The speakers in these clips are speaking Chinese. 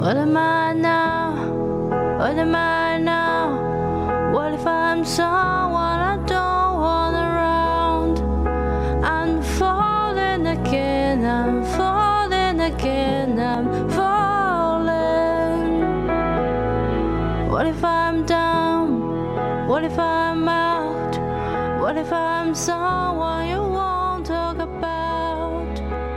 What am I now? What am I now? What if I'm someone I don't want around? I'm falling again, I'm falling again, I'm falling. What if I'm down? What if I'm out? What if I'm someone you won't talk about?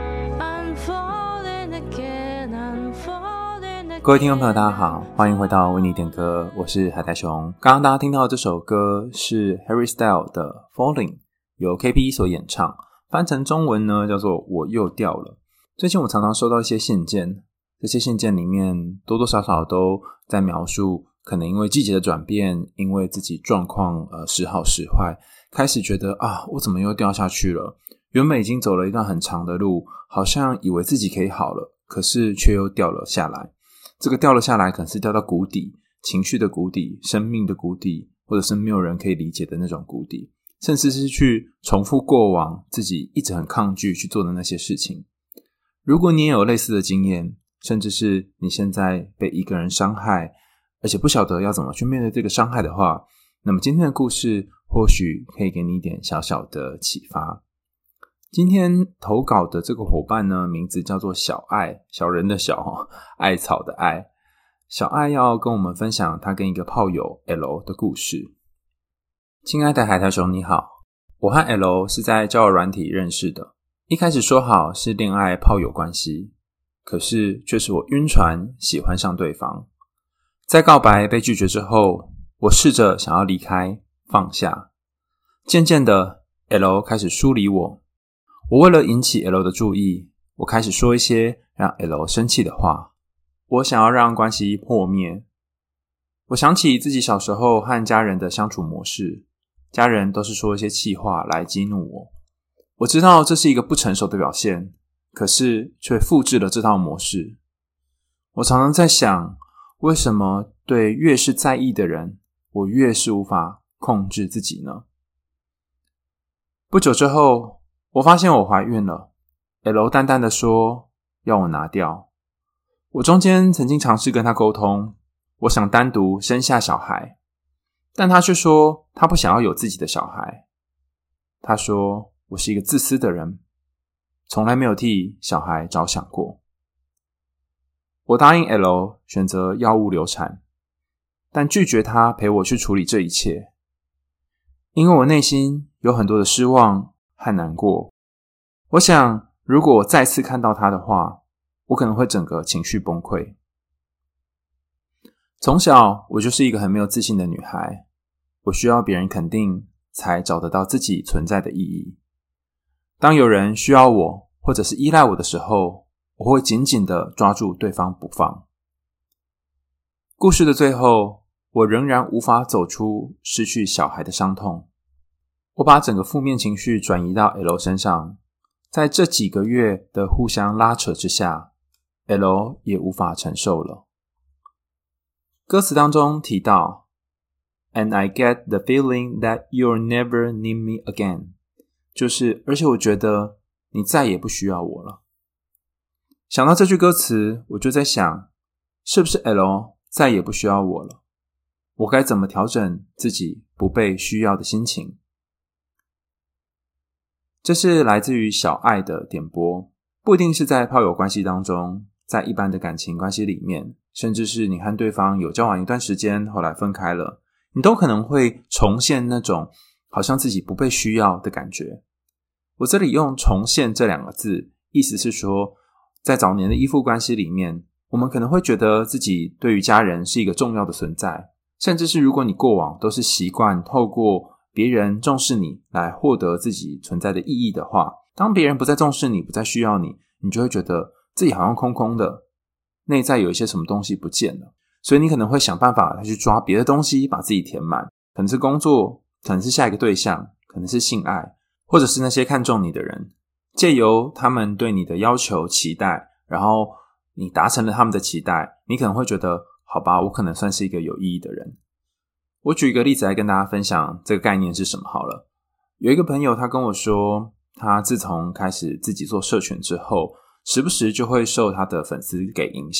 I'm falling again, I'm falling again. 各位听众朋友大家好，欢迎回到为你点歌，我是海苔熊。刚刚大家听到的这首歌是 Harry Styles 的 Falling， 由 KP 所演唱，翻成中文呢叫做我又掉了。最近我常常收到一些信件，这些信件里面多多少少都在描述可能因为季节的转变，因为自己状况时好时坏，开始觉得我怎么又掉下去了，原本已经走了一段很长的路，好像以为自己可以好了，可是却又掉了下来。这个掉了下来可能是掉到谷底，情绪的谷底，生命的谷底，或者是没有人可以理解的那种谷底，甚至是去重复过往自己一直很抗拒去做的那些事情。如果你也有类似的经验，甚至是你现在被一个人伤害，而且不晓得要怎么去面对这个伤害的话，那么今天的故事或许可以给你一点小小的启发。今天投稿的这个伙伴呢，名字叫做小爱，小人的小，艾草的艾。小爱要跟我们分享他跟一个炮友 L 的故事。亲爱的海苔熊你好，我和 L 是在交友软体认识的，一开始说好是恋爱炮友关系，可是却是我晕船喜欢上对方。在告白被拒绝之后，我试着想要离开放下，渐渐的 L 开始疏离我。我为了引起 L 的注意，我开始说一些让 L 生气的话，我想要让关系破灭。我想起自己小时候和家人的相处模式，家人都是说一些气话来激怒我。我知道这是一个不成熟的表现，可是却复制了这套模式。我常常在想，为什么对越是在意的人，我越是无法控制自己呢？不久之后，我发现我怀孕了， L 淡淡的说要我拿掉。我中间曾经尝试跟他沟通，我想单独生下小孩，但他却说他不想要有自己的小孩。他说我是一个自私的人，从来没有替小孩着想过。我答应 L 选择药物流产，但拒绝他陪我去处理这一切，因为我内心有很多的失望和难过。我想如果我再次看到他的话，我可能会整个情绪崩溃。从小我就是一个很没有自信的女孩，我需要别人肯定才找得到自己存在的意义。当有人需要我或者是依赖我的时候，我会紧紧地抓住对方不放。故事的最后，我仍然无法走出失去小孩的伤痛。我把整个负面情绪转移到 L 身上，在这几个月的互相拉扯之下， L 也无法承受了。歌词当中提到 And I get the feeling that you'll never need me again， 就是而且我觉得你再也不需要我了。想到这句歌词，我就在想，是不是 L 再也不需要我了？我该怎么调整自己不被需要的心情？这是来自于小爱的点播，不一定是在炮友关系当中，在一般的感情关系里面，甚至是你和对方有交往一段时间，后来分开了，你都可能会重现那种好像自己不被需要的感觉。我这里用重现这两个字，意思是说，在早年的依附关系里面，我们可能会觉得自己对于家人是一个重要的存在，甚至是如果你过往都是习惯透过别人重视你来获得自己存在的意义的话，当别人不再重视你，不再需要你，你就会觉得自己好像空空的，内在有一些什么东西不见了，所以你可能会想办法去抓别的东西把自己填满，可能是工作，可能是下一个对象，可能是性爱，或者是那些看重你的人，借由他们对你的要求期待，然后你达成了他们的期待，你可能会觉得好吧，我可能算是一个有意义的人。我举一个例子来跟大家分享这个概念是什么好了。有一个朋友他跟我说，他自从开始自己做社群之后，时不时就会受他的粉丝给影响，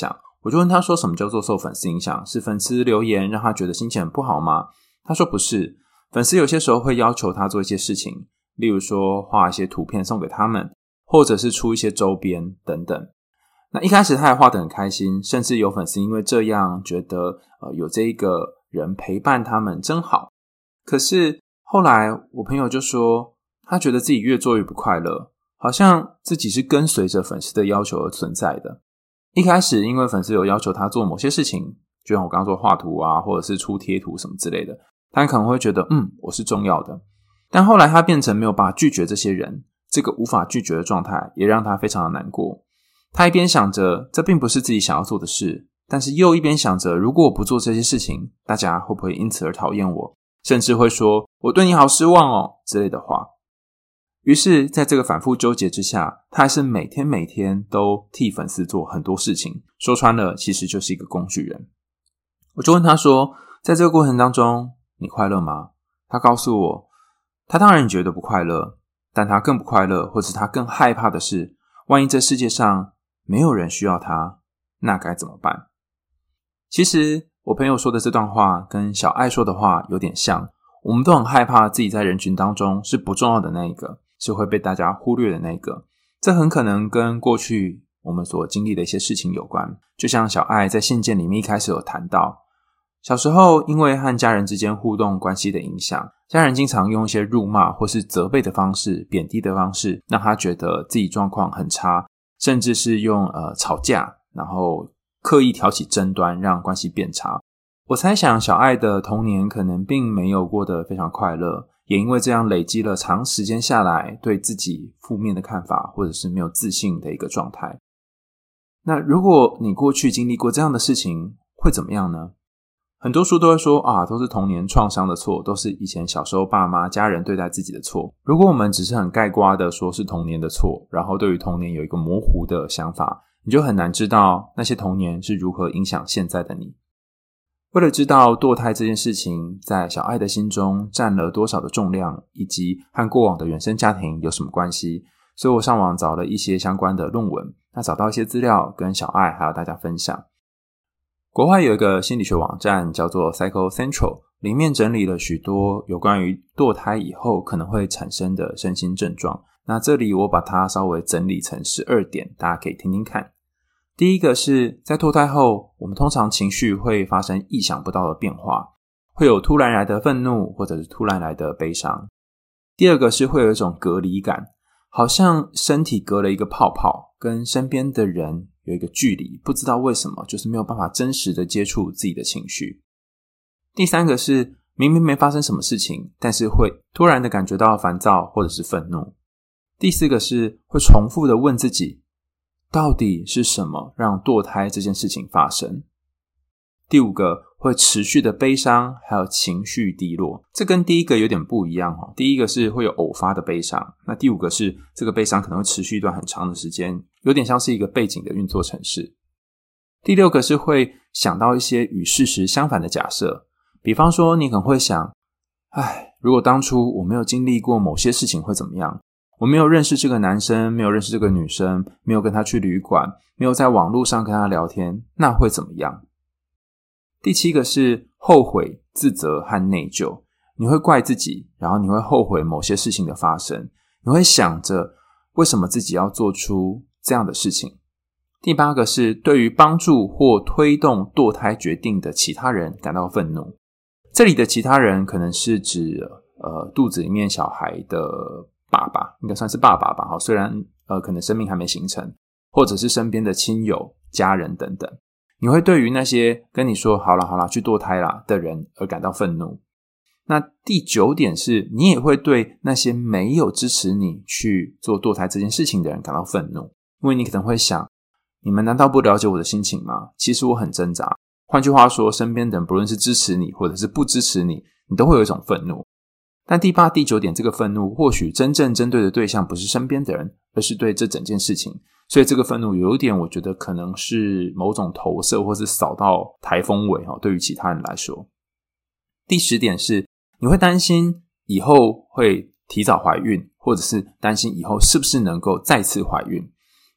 我就问他说什么叫做受粉丝影响，是粉丝留言让他觉得心情很不好吗？他说不是，粉丝有些时候会要求他做一些事情，例如说画一些图片送给他们，或者是出一些周边等等。那一开始他还画得很开心，甚至有粉丝因为这样觉得有这一个人陪伴他们真好。可是后来我朋友就说他觉得自己越做越不快乐，好像自己是跟随着粉丝的要求而存在的。一开始因为粉丝有要求他做某些事情，就像我刚刚说画图啊，或者是出贴图什么之类的，他可能会觉得我是重要的。但后来他变成没有办法拒绝这些人，这个无法拒绝的状态也让他非常的难过。他一边想着这并不是自己想要做的事，但是又一边想着如果我不做这些事情，大家会不会因此而讨厌我，甚至会说我对你好失望哦之类的话。于是在这个反复纠结之下，他还是每天都替粉丝做很多事情，说穿了其实就是一个工具人。我就问他说，在这个过程当中你快乐吗？他告诉我，他当然觉得不快乐，但他更不快乐，或是他更害怕的是，万一这世界上没有人需要他，那该怎么办？其实我朋友说的这段话跟小爱说的话有点像，我们都很害怕自己在人群当中是不重要的那一个，是会被大家忽略的那一个。这很可能跟过去我们所经历的一些事情有关，就像小爱在信件里面一开始有谈到，小时候因为和家人之间互动关系的影响，家人经常用一些辱骂或是责备的方式，贬低的方式，让他觉得自己状况很差，甚至是用吵架，然后刻意挑起争端，让关系变差。我猜想小爱的童年可能并没有过得非常快乐，也因为这样累积了长时间下来对自己负面的看法，或者是没有自信的一个状态。那如果你过去经历过这样的事情，会怎么样呢？很多书都会说都是童年创伤的错，都是以前小时候爸妈家人对待自己的错。如果我们只是很概括的说是童年的错，然后对于童年有一个模糊的想法，你就很难知道那些童年是如何影响现在的你。为了知道堕胎这件事情在小爱的心中占了多少的重量，以及和过往的原生家庭有什么关系，所以我上网找了一些相关的论文，那找到一些资料跟小爱还有大家分享。国外有一个心理学网站叫做 Psycho Central， 里面整理了许多有关于堕胎以后可能会产生的身心症状，那这里我把它稍微整理成12点，大家可以听听看。第一个是在堕胎后，我们通常情绪会发生意想不到的变化，会有突然来的愤怒或者是突然来的悲伤。第二个是会有一种隔离感，好像身体隔了一个泡泡，跟身边的人有一个距离，不知道为什么就是没有办法真实的接触自己的情绪。第三个是明明没发生什么事情，但是会突然的感觉到烦躁或者是愤怒。第四个是会重复的问自己，到底是什么让堕胎这件事情发生？第五个会持续的悲伤还有情绪低落，这跟第一个有点不一样第一个是会有偶发的悲伤，那第五个是这个悲伤可能会持续一段很长的时间，有点像是一个背景的运作程式。第六个是会想到一些与事实相反的假设，比方说你可能会想，如果当初我没有经历过某些事情会怎么样？我没有认识这个男生，没有认识这个女生，没有跟他去旅馆，没有在网络上跟他聊天，那会怎么样？第七个是后悔、自责和内疚，你会怪自己，然后你会后悔某些事情的发生，你会想着为什么自己要做出这样的事情。第八个是对于帮助或推动堕胎决定的其他人感到愤怒，这里的其他人可能是指肚子里面小孩的爸爸，应该算是爸爸吧，虽然可能生命还没形成，或者是身边的亲友、家人等等。你会对于那些跟你说好啦去堕胎啦的人而感到愤怒。那第9点是你也会对那些没有支持你去做堕胎这件事情的人感到愤怒，因为你可能会想，你们难道不了解我的心情吗？其实我很挣扎。换句话说，身边的人不论是支持你或者是不支持你，你都会有一种愤怒。但第8、第9点这个愤怒或许真正针对的对象不是身边的人，而是对这整件事情，所以这个愤怒有一点我觉得可能是某种投射或是扫到台风尾对于其他人来说。第10点是你会担心以后会提早怀孕，或者是担心以后是不是能够再次怀孕。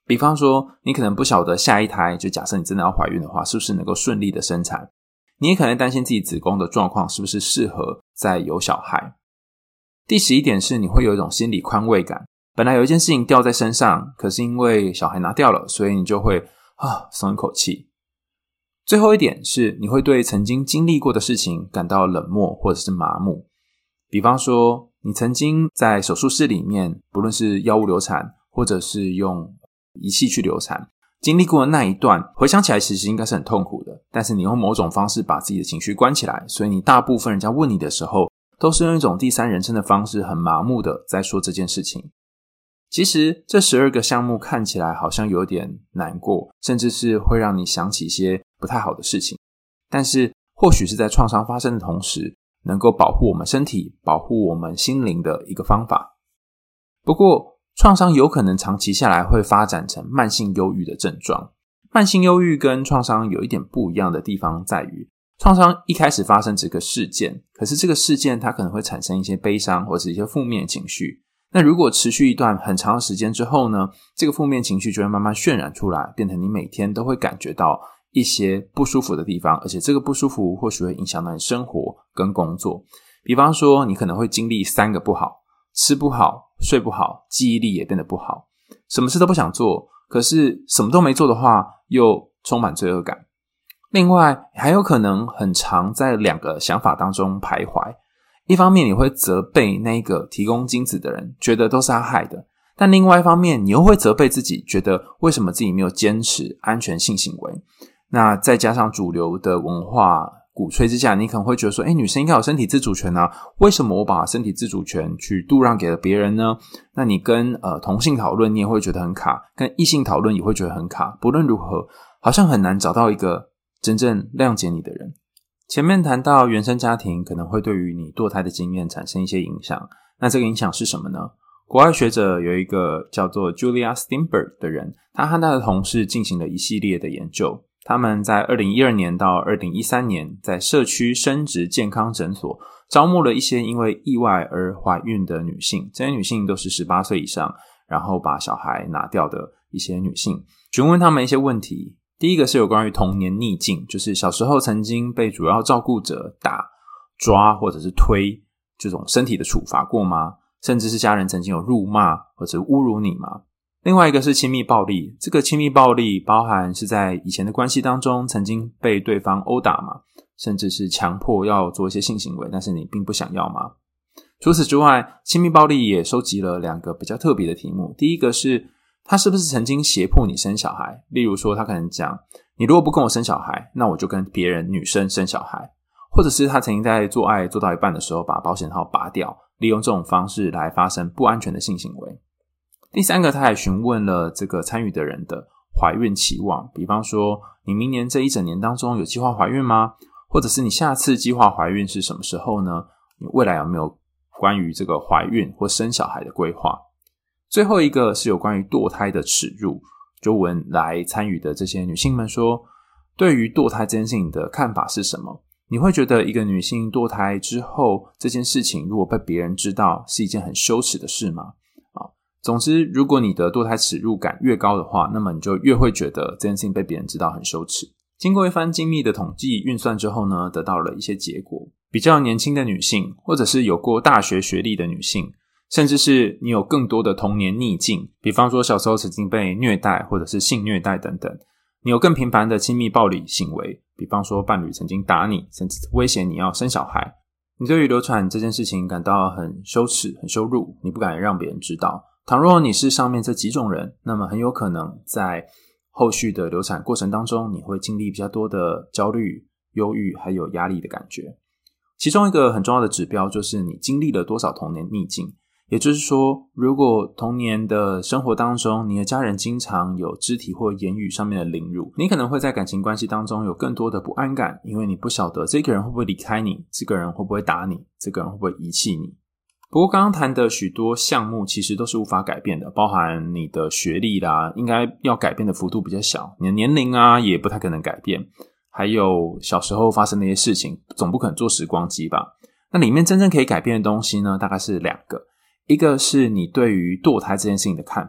比方说你可能不晓得下一胎，就假设你真的要怀孕的话，是不是能够顺利的生产，你也可能担心自己子宫的状况是不是适合再有小孩。第11点是你会有一种心理宽慰感，本来有一件事情掉在身上，可是因为小孩拿掉了，所以你就会松一口气。最后一点是你会对曾经经历过的事情感到冷漠或者是麻木。比方说你曾经在手术室里面，不论是药物流产或者是用仪器去流产，经历过的那一段，回想起来其实应该是很痛苦的，但是你用某种方式把自己的情绪关起来，所以你大部分人家问你的时候，都是用一种第三人称的方式，很麻木的在说这件事情。其实这12个项目看起来好像有点难过，甚至是会让你想起一些不太好的事情，但是或许是在创伤发生的同时，能够保护我们身体，保护我们心灵的一个方法。不过创伤有可能长期下来会发展成慢性忧郁的症状。慢性忧郁跟创伤有一点不一样的地方在于，创伤一开始发生这个事件，可是这个事件它可能会产生一些悲伤或者一些负面情绪。那如果持续一段很长的时间之后呢，这个负面情绪就会慢慢渲染出来，变成你每天都会感觉到一些不舒服的地方，而且这个不舒服或许会影响到你生活跟工作。比方说你可能会经历3个不好，吃不好，睡不好，记忆力也变得不好，什么事都不想做，可是什么都没做的话又充满罪恶感。另外还有可能很常在2个想法当中徘徊，一方面你会责备那个提供精子的人，觉得都是他害的，但另外一方面你又会责备自己，觉得为什么自己没有坚持安全性行为。那再加上主流的文化鼓吹之下，你可能会觉得说女生应该有身体自主权啊，为什么我把身体自主权去度让给了别人呢？那你跟同性讨论你也会觉得很卡，跟异性讨论也会觉得很卡，不论如何好像很难找到一个真正谅解你的人。前面谈到原生家庭可能会对于你堕胎的经验产生一些影响，那这个影响是什么呢？国外学者有一个叫做 Julia Steinberg 的人，他和他的同事进行了一系列的研究。他们在2012年到2013年在社区生殖健康诊所招募了一些因为意外而怀孕的女性，这些女性都是18岁以上，然后把小孩拿掉的一些女性，询问他们一些问题。第一个是有关于童年逆境，就是小时候曾经被主要照顾者打、抓或者是推这种身体的处罚过吗？甚至是家人曾经有辱骂或者侮辱你吗？另外一个是亲密暴力，这个亲密暴力包含是在以前的关系当中曾经被对方殴打吗？甚至是强迫要做一些性行为，但是你并不想要吗？除此之外，亲密暴力也收集了2个比较特别的题目。第一个是他是不是曾经胁迫你生小孩，例如说他可能讲你如果不跟我生小孩，那我就跟别人女生生小孩，或者是他曾经在做爱做到一半的时候把保险套拔掉，利用这种方式来发生不安全的性行为。第3个他还询问了这个参与的人的怀孕期望，比方说你明年这一整年当中有计划怀孕吗？或者是你下次计划怀孕是什么时候呢？你未来有没有关于这个怀孕或生小孩的规划？最后一个是有关于堕胎的耻辱，就问来参与的这些女性们说，对于堕胎这件事情的看法是什么？你会觉得一个女性堕胎之后，这件事情如果被别人知道是一件很羞耻的事吗？总之，如果你的堕胎耻辱感越高的话，那么你就越会觉得这件事情被别人知道很羞耻。经过一番精密的统计运算之后呢，得到了一些结果。比较年轻的女性，或者是有过大学学历的女性，甚至是你有更多的童年逆境，比方说小时候曾经被虐待或者是性虐待等等，你有更频繁的亲密暴力行为，比方说伴侣曾经打你，甚至威胁你要生小孩，你对于流产这件事情感到很羞耻很羞辱，你不敢让别人知道。倘若你是上面这几种人，那么很有可能在后续的流产过程当中，你会经历比较多的焦虑、忧郁还有压力的感觉。其中一个很重要的指标就是你经历了多少童年逆境，也就是说，如果童年的生活当中你的家人经常有肢体或言语上面的凌辱，你可能会在感情关系当中有更多的不安感，因为你不晓得这个人会不会离开你，这个人会不会打你，这个人会不会遗弃你。不过刚刚谈的许多项目其实都是无法改变的，包含你的学历啦，应该要改变的幅度比较小，你的年龄啊也不太可能改变，还有小时候发生的一些事情总不可能做时光机吧。那里面真正可以改变的东西呢，大概是2个，一个是你对于堕胎这件事情的看法，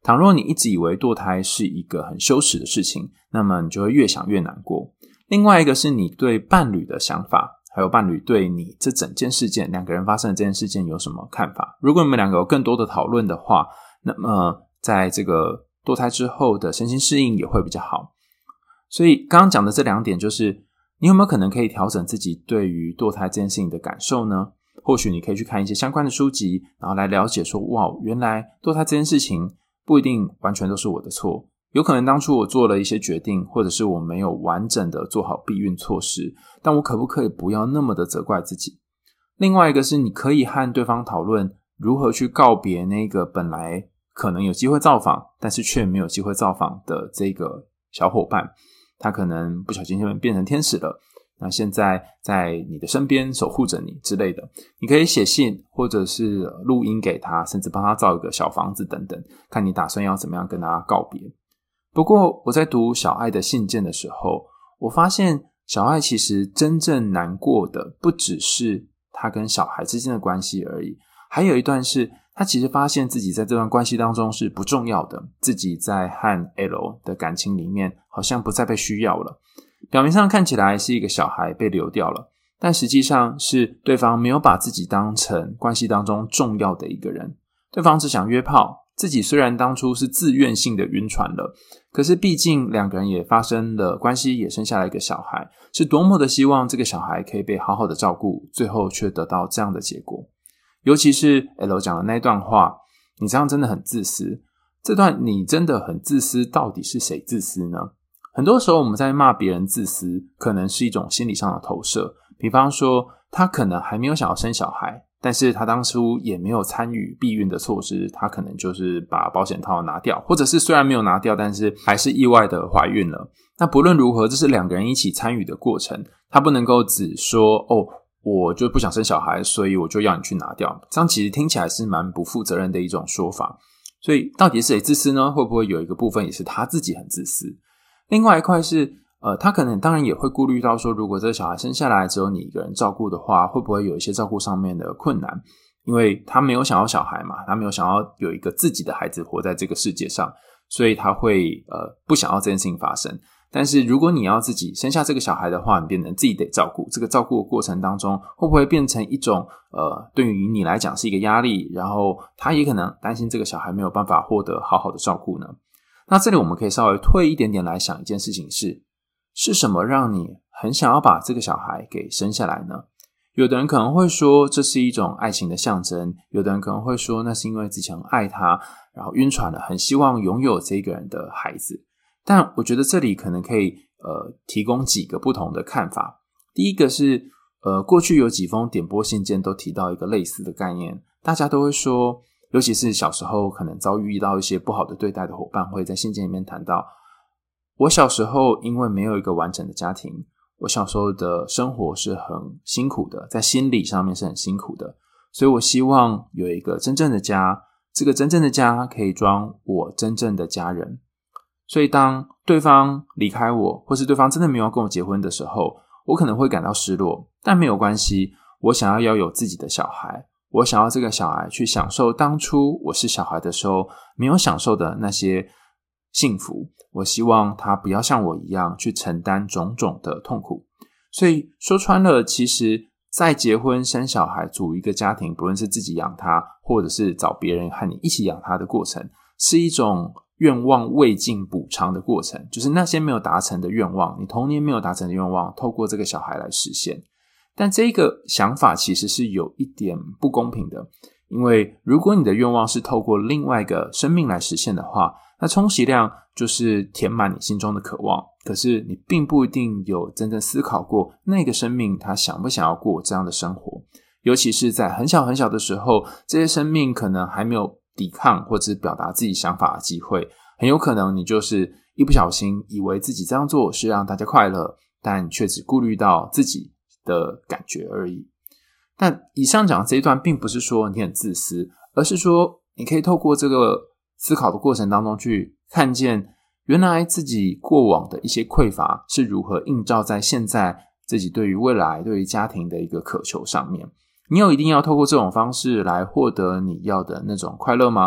倘若你一直以为堕胎是一个很羞耻的事情，那么你就会越想越难过。另外一个是你对伴侣的想法，还有伴侣对你这整件事件，两个人发生的这件事件有什么看法。如果你们两个有更多的讨论的话，那么在这个堕胎之后的身心适应也会比较好。所以刚刚讲的这2点，就是你有没有可能可以调整自己对于堕胎这件事情的感受呢？或许你可以去看一些相关的书籍，然后来了解说，哇，原来堕胎这件事情不一定完全都是我的错，有可能当初我做了一些决定，或者是我没有完整的做好避孕措施，但我可不可以不要那么的责怪自己？另外一个是你可以和对方讨论如何去告别那个本来可能有机会造访，但是却没有机会造访的这个小伙伴，他可能不小心就变成天使了，那现在在你的身边守护着你之类的。你可以写信或者是录音给他，甚至帮他造一个小房子等等，看你打算要怎么样跟他告别。不过我在读小爱的信件的时候，我发现小爱其实真正难过的不只是他跟小孩之间的关系而已，还有一段是他其实发现自己在这段关系当中是不重要的，自己在和 L 的感情里面好像不再被需要了。表面上看起来是一个小孩被流掉了，但实际上是对方没有把自己当成关系当中重要的一个人。对方只想约炮，自己虽然当初是自愿性的晕船了，可是毕竟两个人也发生了关系，也生下了一个小孩，是多么的希望这个小孩可以被好好的照顾，最后却得到这样的结果。尤其是 L 讲的那段话，你这样真的很自私。这段你真的很自私，到底是谁自私呢？很多时候我们在骂别人自私，可能是一种心理上的投射。比方说他可能还没有想要生小孩，但是他当初也没有参与避孕的措施，他可能就是把保险套拿掉，或者是虽然没有拿掉，但是还是意外的怀孕了。那不论如何，这是两个人一起参与的过程，他不能够只说我就不想生小孩，所以我就要你去拿掉。这样其实听起来是蛮不负责任的一种说法。所以到底是谁自私呢？会不会有一个部分也是他自己很自私？另外一块是他可能当然也会顾虑到说，如果这个小孩生下来只有你一个人照顾的话，会不会有一些照顾上面的困难？因为他没有想要小孩嘛，他没有想要有一个自己的孩子活在这个世界上，所以他会不想要这件事情发生。但是如果你要自己生下这个小孩的话，你变成自己得照顾，这个照顾的过程当中会不会变成一种对于你来讲是一个压力，然后他也可能担心这个小孩没有办法获得好好的照顾呢？那这里我们可以稍微退一点点来想一件事情，是什么让你很想要把这个小孩给生下来呢？有的人可能会说这是一种爱情的象征，有的人可能会说那是因为自己很爱他，然后晕船了，很希望拥有这个人的孩子。但我觉得这里可能可以提供几个不同的看法。第一个是过去有几封点播信件都提到一个类似的概念，大家都会说，尤其是小时候可能遭遇到一些不好的对待的伙伴，会在信件里面谈到，我小时候因为没有一个完整的家庭，我小时候的生活是很辛苦的，在心理上面是很辛苦的，所以我希望有一个真正的家，这个真正的家可以装我真正的家人。所以当对方离开我，或是对方真的没有跟我结婚的时候，我可能会感到失落，但没有关系，我想要有自己的小孩，我想要这个小孩去享受当初我是小孩的时候没有享受的那些幸福，我希望他不要像我一样去承担种种的痛苦。所以说穿了，其实在结婚生小孩组一个家庭，不论是自己养他或者是找别人和你一起养他的过程，是一种愿望未尽补偿的过程，就是那些没有达成的愿望，你童年没有达成的愿望，透过这个小孩来实现。但这个想法其实是有一点不公平的，因为如果你的愿望是透过另外一个生命来实现的话，那充其量就是填满你心中的渴望，可是你并不一定有真正思考过那个生命他想不想要过这样的生活。尤其是在很小很小的时候，这些生命可能还没有抵抗或者是表达自己想法的机会，很有可能你就是一不小心以为自己这样做是让大家快乐，但却只顾虑到自己的感觉而已。但以上讲的这一段并不是说你很自私，而是说你可以透过这个思考的过程当中去看见原来自己过往的一些匮乏是如何映照在现在自己对于未来对于家庭的一个渴求上面。你有一定要透过这种方式来获得你要的那种快乐吗？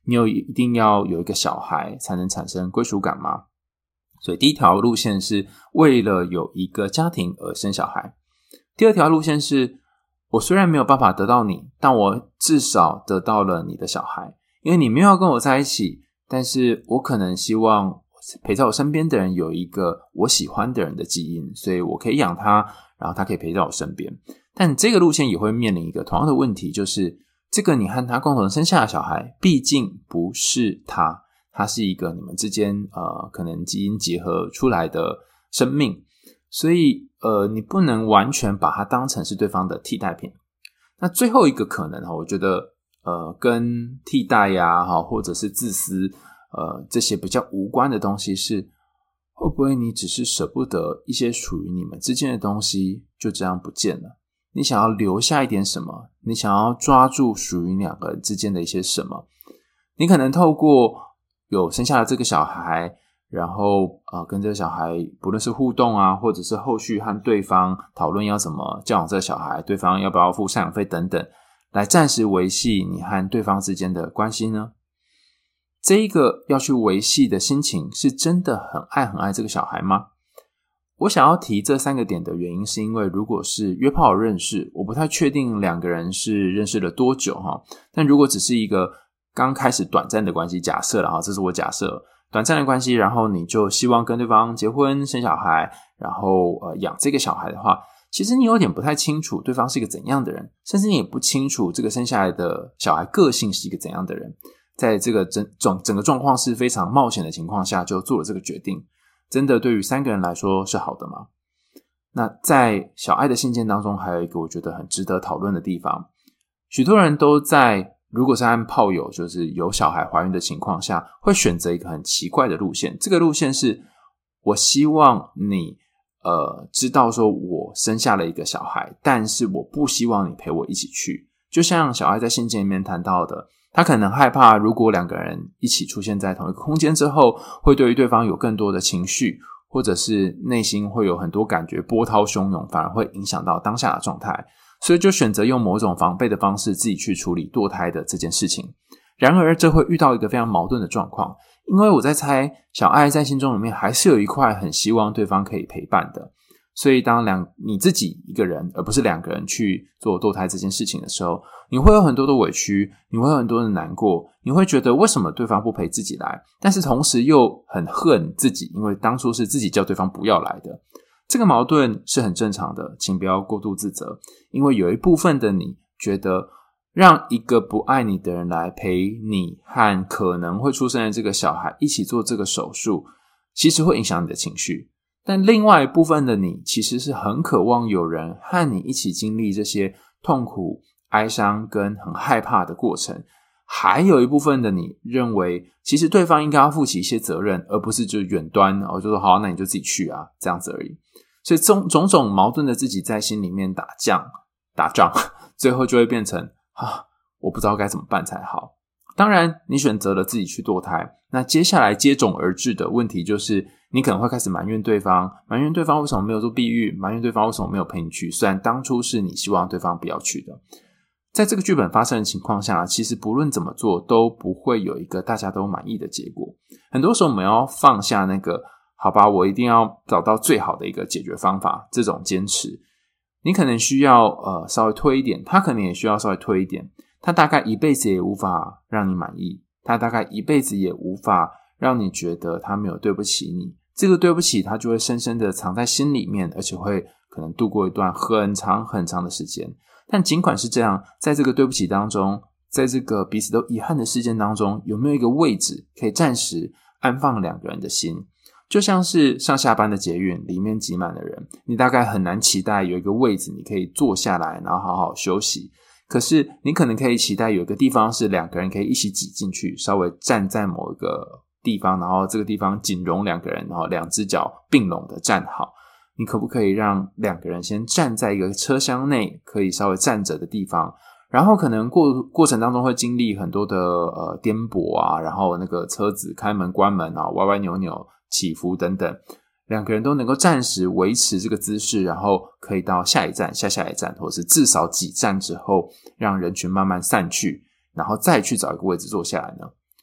你一定要有一个小孩才能产生归属感吗？所以第一条路线是为了有一个家庭而生小孩。第二条路线是我虽然没有办法得到你，但我至少得到了你的小孩，因为你没有要跟我在一起，但是我可能希望陪在我身边的人有一个我喜欢的人的基因，所以我可以养他，然后他可以陪在我身边。但这个路线也会面临一个同样的问题，就是这个你和他共同生下的小孩毕竟不是他是一个你们之间可能基因结合出来的生命，所以你不能完全把它当成是对方的替代品。那最后一个可能我觉得跟替代呀或者是自私这些比较无关的东西是，会不会你只是舍不得一些属于你们之间的东西就这样不见了？你想要留下一点什么？你想要抓住属于两个人之间的一些什么？你可能透过有生下了这个小孩，然后跟这个小孩不论是互动啊，或者是后续和对方讨论要怎么教养这个小孩，对方要不要付赡养费等等，来暂时维系你和对方之间的关系呢？这一个要去维系的心情是真的很爱这个小孩吗？我想要提这3个点的原因是因为如果是约炮认识，我不太确定两个人是认识了多久但如果只是一个刚开始短暂的关系，假设了这是我假设短暂的关系，然后你就希望跟对方结婚生小孩，然后养这个小孩的话，其实你有点不太清楚对方是一个怎样的人，甚至你也不清楚这个生下来的小孩个性是一个怎样的人，在这个整个状况是非常冒险的情况下就做了这个决定，真的对于3个人来说是好的吗？那在小爱的信件当中还有一个我觉得很值得讨论的地方，许多人都在如果是按炮友就是有小孩怀孕的情况下，会选择一个很奇怪的路线，这个路线是我希望你知道说我生下了一个小孩，但是我不希望你陪我一起去，就像小爱在信件里面谈到的，他可能害怕如果2个人一起出现在同一个空间之后，会对于对方有更多的情绪，或者是内心会有很多感觉波涛汹涌，反而会影响到当下的状态，所以就选择用某种防备的方式自己去处理堕胎的这件事情。然而这会遇到一个非常矛盾的状况，因为我在猜小爱在心中里面还是有一块很希望对方可以陪伴的，所以当你自己一个人而不是2个人去做堕胎这件事情的时候，你会有很多的委屈，你会有很多的难过，你会觉得为什么对方不陪自己来，但是同时又很恨自己，因为当初是自己叫对方不要来的。这个矛盾是很正常的，请不要过度自责，因为有一部分的你觉得让一个不爱你的人来陪你和可能会出生的这个小孩一起做这个手术，其实会影响你的情绪，但另外一部分的你其实是很渴望有人和你一起经历这些痛苦、哀伤跟很害怕的过程，还有一部分的你认为其实对方应该要负起一些责任，而不是就远端就说好那你就自己去啊这样子而已。所以种种矛盾的自己在心里面打仗，最后就会变成我不知道该怎么办才好。当然你选择了自己去堕胎，那接下来接踵而至的问题就是你可能会开始埋怨对方为什么没有做避孕，埋怨对方为什么没有陪你去，虽然当初是你希望对方不要去的。在这个剧本发生的情况下，其实不论怎么做都不会有一个大家都满意的结果。很多时候我们要放下那个好吧我一定要找到最好的一个解决方法这种坚持，你可能需要稍微推一点，他可能也需要稍微推一点，他大概一辈子也无法让你满意，他大概一辈子也无法让你觉得他没有对不起你，这个对不起他就会深深的藏在心里面，而且会可能度过一段很长很长的时间。但尽管是这样，在这个对不起当中，在这个彼此都遗憾的事件当中，有没有一个位置可以暂时安放2个人的心？就像是上下班的捷运里面挤满的人，你大概很难期待有一个位置你可以坐下来然后好好休息，可是你可能可以期待有一个地方是2个人可以一起挤进去，稍微站在某一个地方，然后这个地方仅容2个人，然后2只脚并拢的站好。你可不可以让2个人先站在一个车厢内可以稍微站着的地方，然后可能过程当中会经历很多的颠簸啊，然后那个车子开门关门啊，歪歪扭扭起伏等等，2个人都能够暂时维持这个姿势，然后可以到下一站下一站，或者是至少几站之后让人群慢慢散去，然后再去找一个位置坐下来呢？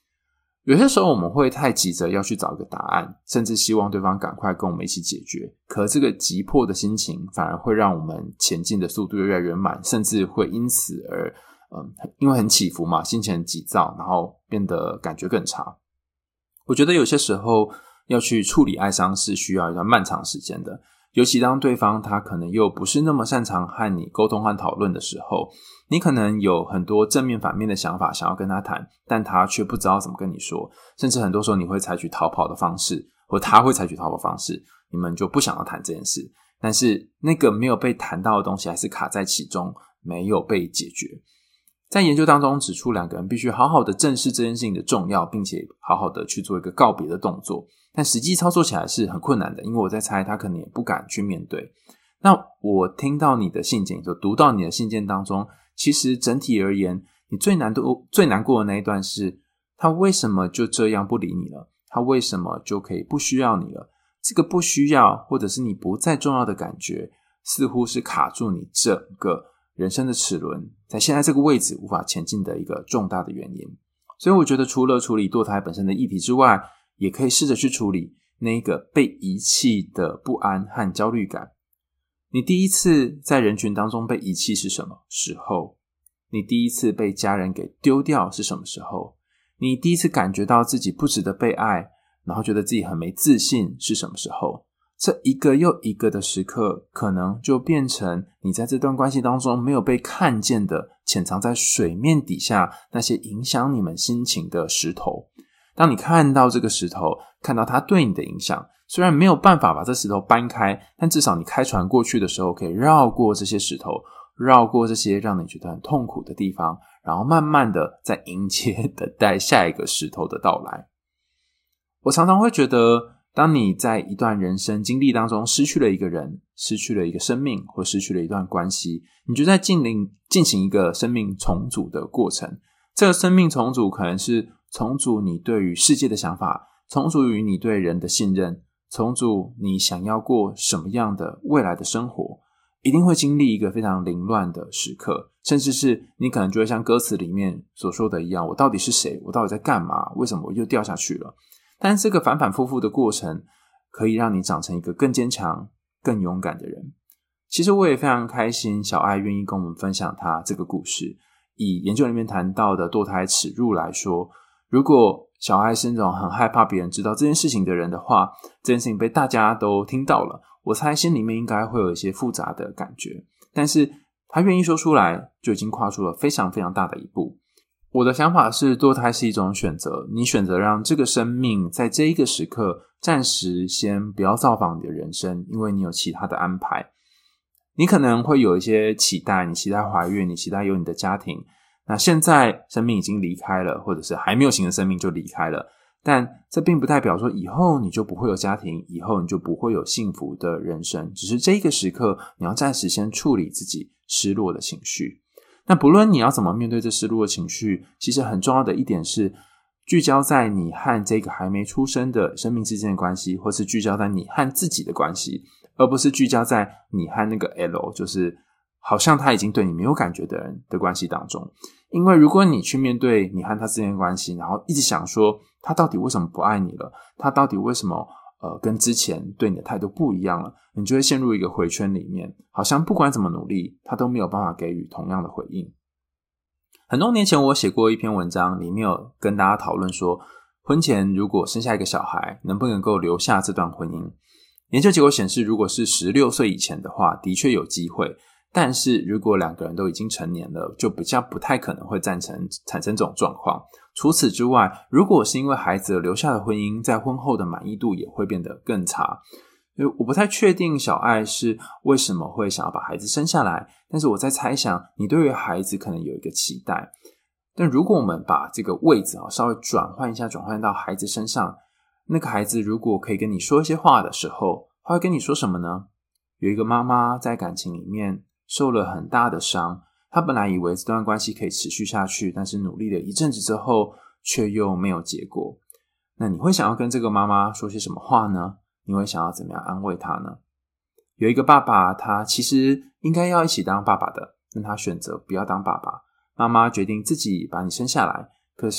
有些时候我们会太急着要去找一个答案，甚至希望对方赶快跟我们一起解决，可这个急迫的心情反而会让我们前进的速度越来越慢，甚至会因此而因为很起伏嘛，心情很急躁，然后变得感觉更差。我觉得有些时候要去处理哀伤是需要一段漫长时间的，尤其当对方他可能又不是那么擅长和你沟通和讨论的时候，你可能有很多正面反面的想法想要跟他谈，但他却不知道怎么跟你说，甚至很多时候你会采取逃跑的方式，或他会采取逃跑方式，你们就不想要谈这件事，但是那个没有被谈到的东西还是卡在其中，没有被解决。在研究当中指出，两个人必须好好的正视这件事情的重要，并且好好的去做一个告别的动作，但实际操作起来是很困难的，因为我在猜他可能也不敢去面对。那我听到你的信件，就读到你的信件当中，其实整体而言，你最难过的那一段是，他为什么就这样不理你了？他为什么就可以不需要你了？这个不需要，或者是你不再重要的感觉，似乎是卡住你整个人生的齿轮，在现在这个位置无法前进的一个重大的原因。所以我觉得除了处理堕胎本身的议题之外，也可以试着去处理那个被遗弃的不安和焦虑感。你第一次在人群当中被遗弃是什么时候？你第一次被家人给丢掉是什么时候？你第一次感觉到自己不值得被爱，然后觉得自己很没自信是什么时候？这一个又一个的时刻，可能就变成你在这段关系当中没有被看见的，潜藏在水面底下那些影响你们心情的石头。当你看到这个石头，看到它对你的影响，虽然没有办法把这石头搬开，但至少你开船过去的时候可以绕过这些石头，绕过这些让你觉得很痛苦的地方，然后慢慢的在迎接等待下一个石头的到来。我常常会觉得，当你在一段人生经历当中失去了一个人，失去了一个生命，或失去了一段关系，你就在进行一个生命重组的过程。这个生命重组可能是重组你对于世界的想法，重组于你对人的信任，重组你想要过什么样的未来的生活，一定会经历一个非常凌乱的时刻，甚至是你可能就会像歌词里面所说的一样，我到底是谁？我到底在干嘛？为什么我又掉下去了？但是这个反反复复的过程可以让你长成一个更坚强更勇敢的人。其实我也非常开心小爱愿意跟我们分享她这个故事。以研究里面谈到的堕胎耻辱来说，如果小爱是那种很害怕别人知道这件事情的人的话，这件事情被大家都听到了，我猜心里面应该会有一些复杂的感觉，但是她愿意说出来，就已经跨出了非常非常大的一步。我的想法是，堕胎是一种选择，你选择让这个生命在这一个时刻暂时先不要造访你的人生，因为你有其他的安排。你可能会有一些期待，你期待怀孕，你期待有你的家庭，那现在生命已经离开了，或者是还没有形的生命就离开了，但这并不代表说以后你就不会有家庭，以后你就不会有幸福的人生，只是这个时刻你要暂时先处理自己失落的情绪。那不论你要怎么面对这失落的情绪，其实很重要的一点是聚焦在你和这个还没出生的生命之间的关系，或是聚焦在你和自己的关系，而不是聚焦在你和那个 L， 就是好像他已经对你没有感觉的人的关系当中。因为如果你去面对你和他之间的关系，然后一直想说他到底为什么不爱你了，他到底为什么跟之前对你的态度不一样了，你就会陷入一个回圈里面，好像不管怎么努力他都没有办法给予同样的回应。很多年前我写过一篇文章，里面有跟大家讨论说，婚前如果生下一个小孩，能不能够留下这段婚姻。研究结果显示，如果是16岁以前的话，的确有机会，但是如果两个人都已经成年了，就比较不太可能会产生这种状况。除此之外，如果是因为孩子而留下的婚姻，在婚后的满意度也会变得更差。我不太确定小爱是为什么会想要把孩子生下来，但是我在猜想你对于孩子可能有一个期待。但如果我们把这个位置稍微转换一下，转换到孩子身上，那个孩子如果可以跟你说一些话的时候，他会跟你说什么呢？有一个妈妈在感情里面受了很大的伤，她本来以为这段关系可以持续下去，但是努力了一阵子之后却又没有结果。那你会想要跟这个妈妈说些什么话呢？你会想要怎么样安慰她呢？有一个爸爸，他其实应该要一起当爸爸的，但他选择不要当爸爸。妈妈决定自己把你生下来，可是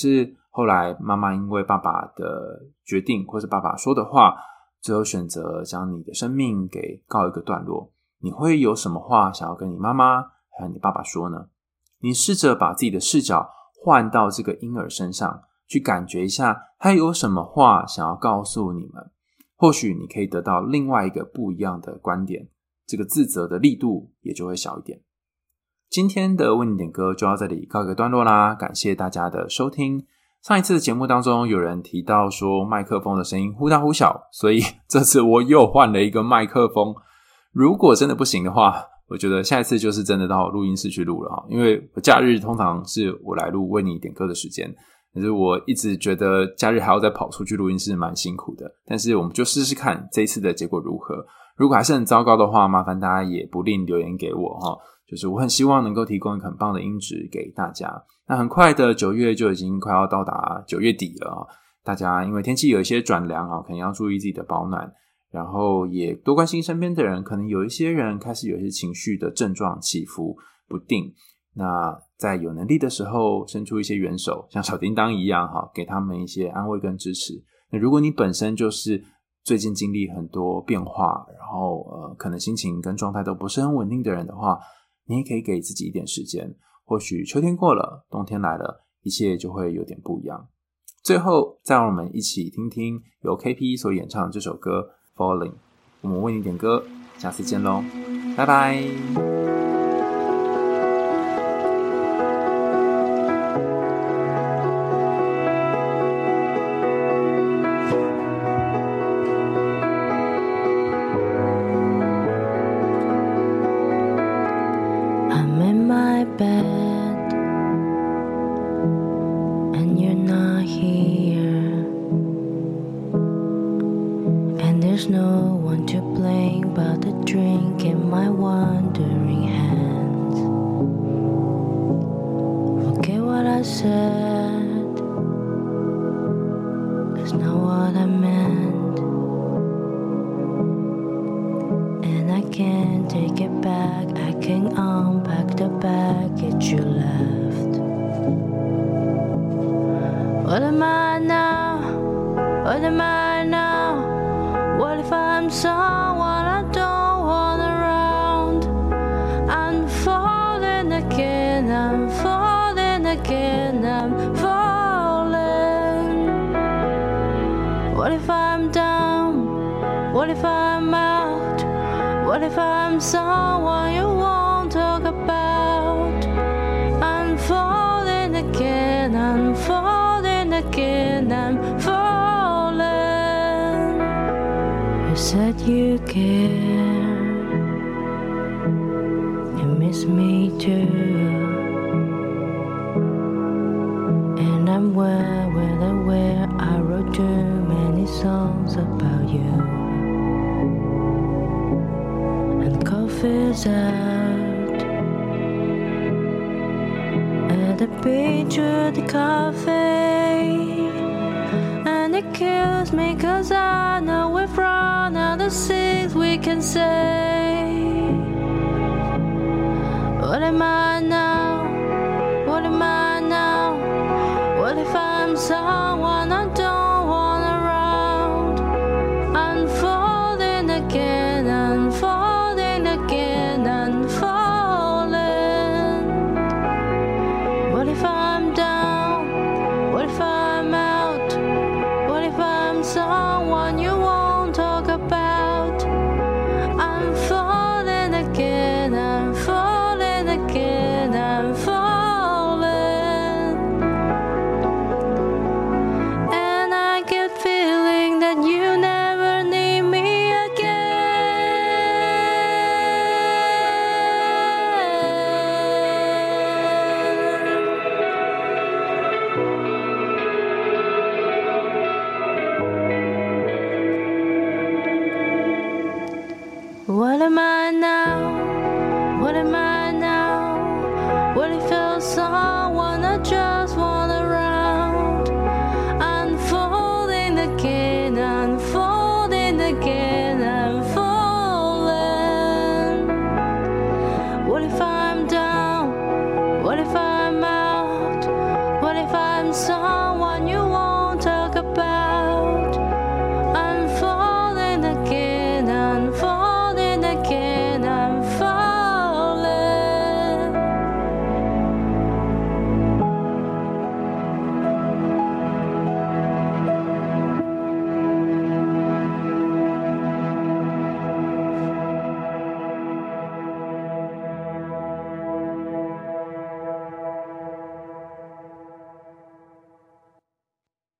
后来妈妈因为爸爸的决定或是爸爸说的话，最后选择将你的生命给告一个段落，你会有什么话想要跟你妈妈还有你爸爸说呢？你试着把自己的视角换到这个婴儿身上，去感觉一下他有什么话想要告诉你们，或许你可以得到另外一个不一样的观点，这个自责的力度也就会小一点。今天的为你点歌就到这里告一个段落啦，感谢大家的收听。上一次的节目当中有人提到说麦克风的声音忽大忽小，所以这次我又换了一个麦克风。如果真的不行的话，我觉得下一次就是真的到录音室去录了，因为假日通常是我来录为你点歌的时间，可是我一直觉得假日还要再跑出去录音室蛮辛苦的，但是我们就试试看这一次的结果如何。如果还是很糟糕的话，麻烦大家也不吝留言给我，就是我很希望能够提供一个很棒的音质给大家。那很快的9月就已经快要到达9月底了，大家因为天气有一些转凉，可能要注意自己的保暖，然后也多关心身边的人，可能有一些人开始有一些情绪的症状起伏不定，那在有能力的时候伸出一些援手，像小叮当一样，给他们一些安慰跟支持。那如果你本身就是最近经历很多变化，然后可能心情跟状态都不是很稳定的人的话，你也可以给自己一点时间，或许秋天过了，冬天来了，一切就会有点不一样。最后再让我们一起听听由 KP 所演唱的这首歌 Falling。 我们为你点歌，下次见咯，拜拜。 There's no one to blame but the drink in my wandering hands. Forget what I said, that's not what I meant, and I can't take it back. I can't unpack the baggage you left. What am I now? What am I now? What if I'm someone I don't want around? I'm falling again, I'm falling again, I'm falling. What if I'm down? What if I'm out? What if I'm someone you won't talk about? I'm falling again, I'm falling again, I'm falling. You said you care, you miss me too, and I'm well aware I wrote too many songs about you. And coffee's out at the beach with the cafe, and it kills me 'cause I know we've run out of things we can say. What am I now? What am I now? What if I'm someone I don't want around? I'm falling again, I'm falling again, I'm falling. What if I'm down? What if I'm out? What if I'm someone you won't talk about? I'm falling again, I'm falling again, I'm falling. And I get feeling that you never need me again. What am I now? What am I now? What if you're someone I just want around? I'm falling again, I'm falling again, I'm falling. What if I